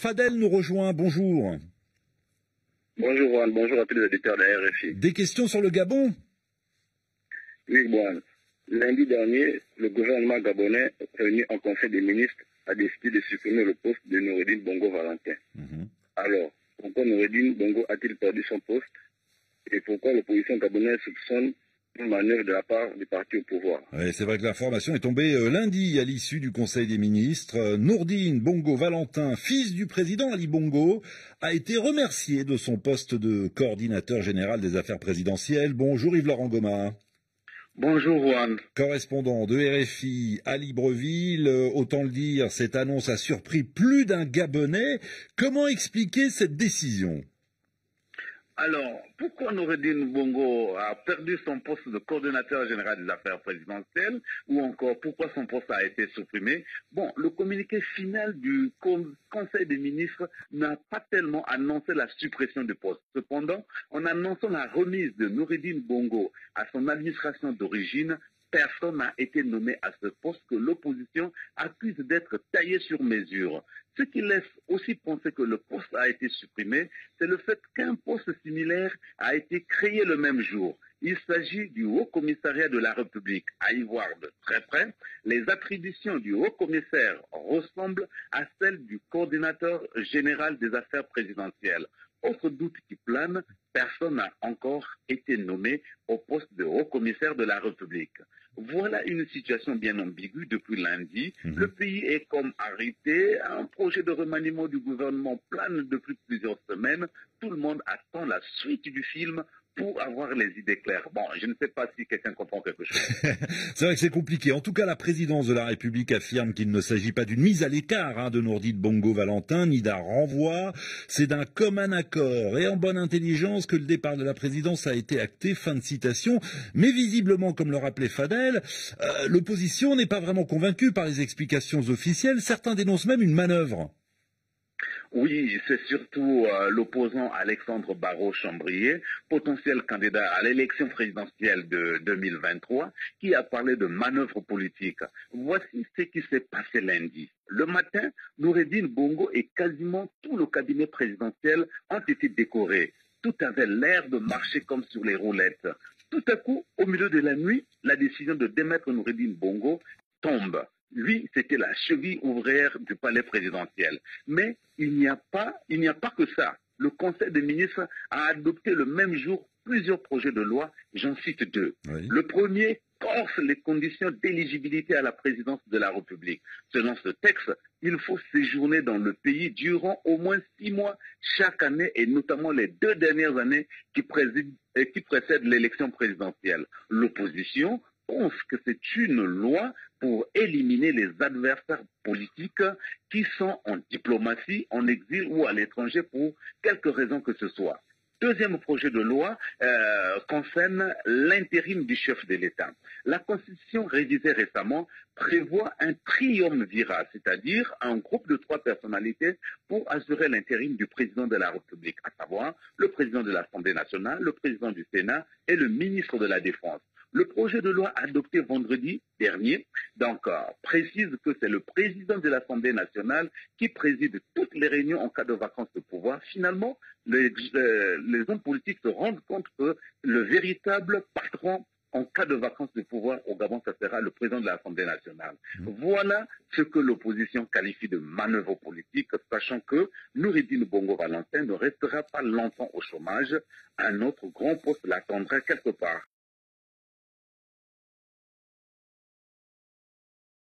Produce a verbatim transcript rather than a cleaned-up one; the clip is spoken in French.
Fadel nous rejoint, bonjour. Bonjour Juan, bonjour à tous les auditeurs de la R F I. Des questions sur le Gabon? Oui, bon, lundi dernier, le gouvernement gabonais, réuni en Conseil des ministres, a décidé de supprimer le poste de Noureddine Bongo Valentin. Mm-hmm. Alors, pourquoi Noureddine Bongo a-t-il perdu son poste et pourquoi l'opposition gabonaise soupçonne une manœuvre de la part du parti au pouvoir? Oui, c'est vrai que l'information est tombée euh, lundi à l'issue du Conseil des ministres. Euh, Noureddine Bongo Valentin, fils du président Ali Bongo, a été remercié de son poste de coordinateur général des affaires présidentielles. Bonjour Yves-Laurent Goma. Bonjour Juan. Correspondant de R F I à Libreville, euh, autant le dire, cette annonce a surpris plus d'un Gabonais. Comment expliquer cette décision? Alors, pourquoi Noureddine Bongo a perdu son poste de coordonnateur général des affaires présidentielles ou encore pourquoi son poste a été supprimé? Bon, le communiqué final du Conseil des ministres n'a pas tellement annoncé la suppression du poste. Cependant, en annonçant la remise de Noureddine Bongo à son administration d'origine, personne n'a été nommé à ce poste que l'opposition accuse d'être taillé sur mesure. Ce qui laisse aussi penser que le poste a été supprimé, c'est le fait qu'un poste similaire a été créé le même jour. Il s'agit du Haut-Commissariat de la République. À y voir de très près, les attributions du Haut-Commissaire ressemblent à celles du coordinateur général des affaires présidentielles. Autre doute qui plane, personne n'a encore été nommé au poste de haut-commissaire de la République. Voilà une situation bien ambiguë depuis lundi. Mmh. Le pays est comme arrêté. Un projet de remaniement du gouvernement plane depuis plusieurs semaines. Tout le monde attend la suite du film pour avoir les idées claires. Bon, je ne sais pas si quelqu'un comprend quelque chose. C'est vrai que c'est compliqué. En tout cas, la présidence de la République affirme qu'il ne s'agit pas d'une mise à l'écart hein, de Noureddine Bongo Valentin, ni d'un renvoi. C'est d'un commun accord et en bonne intelligence que le départ de la présidence a été acté. Fin de citation. Mais visiblement, comme le rappelait Fadel, euh, l'opposition n'est pas vraiment convaincue par les explications officielles. Certains dénoncent même une manœuvre. Oui, c'est surtout euh, l'opposant Alexandre Barrot-Chambrier, potentiel candidat à l'élection présidentielle de deux mille vingt-trois, qui a parlé de manœuvre politique. Voici ce qui s'est passé lundi. Le matin, Noureddine Bongo et quasiment tout le cabinet présidentiel ont été décorés. Tout avait l'air de marcher comme sur les roulettes. Tout à coup, au milieu de la nuit, la décision de démettre Noureddine Bongo tombe. Lui, c'était la cheville ouvrière du palais présidentiel. Mais il n'y a pas, il n'y a pas que ça. Le Conseil des ministres a adopté le même jour plusieurs projets de loi, j'en cite deux. Oui. Le premier corse les conditions d'éligibilité à la présidence de la République. Selon ce texte, il faut séjourner dans le pays durant au moins six mois chaque année et notamment les deux dernières années qui, président, qui précèdent l'élection présidentielle. L'opposition pense que c'est une loi pour éliminer les adversaires politiques qui sont en diplomatie, en exil ou à l'étranger pour quelque raison que ce soit. Deuxième projet de loi euh, concerne l'intérim du chef de l'État. La Constitution révisée récemment prévoit un triumvirat, c'est-à-dire un groupe de trois personnalités pour assurer l'intérim du président de la République, à savoir le président de l'Assemblée nationale, le président du Sénat et le ministre de la Défense. Le projet de loi adopté vendredi dernier donc, euh, précise que c'est le président de l'Assemblée nationale qui préside toutes les réunions en cas de vacance de pouvoir. Finalement, les, euh, les hommes politiques se rendent compte que le véritable patron en cas de vacance de pouvoir au Gabon, ça sera le président de l'Assemblée nationale. Mmh. Voilà ce que l'opposition qualifie de manœuvre politique, sachant que Noureddine Bongo Valentin ne restera pas longtemps au chômage. Un autre grand poste l'attendrait quelque part.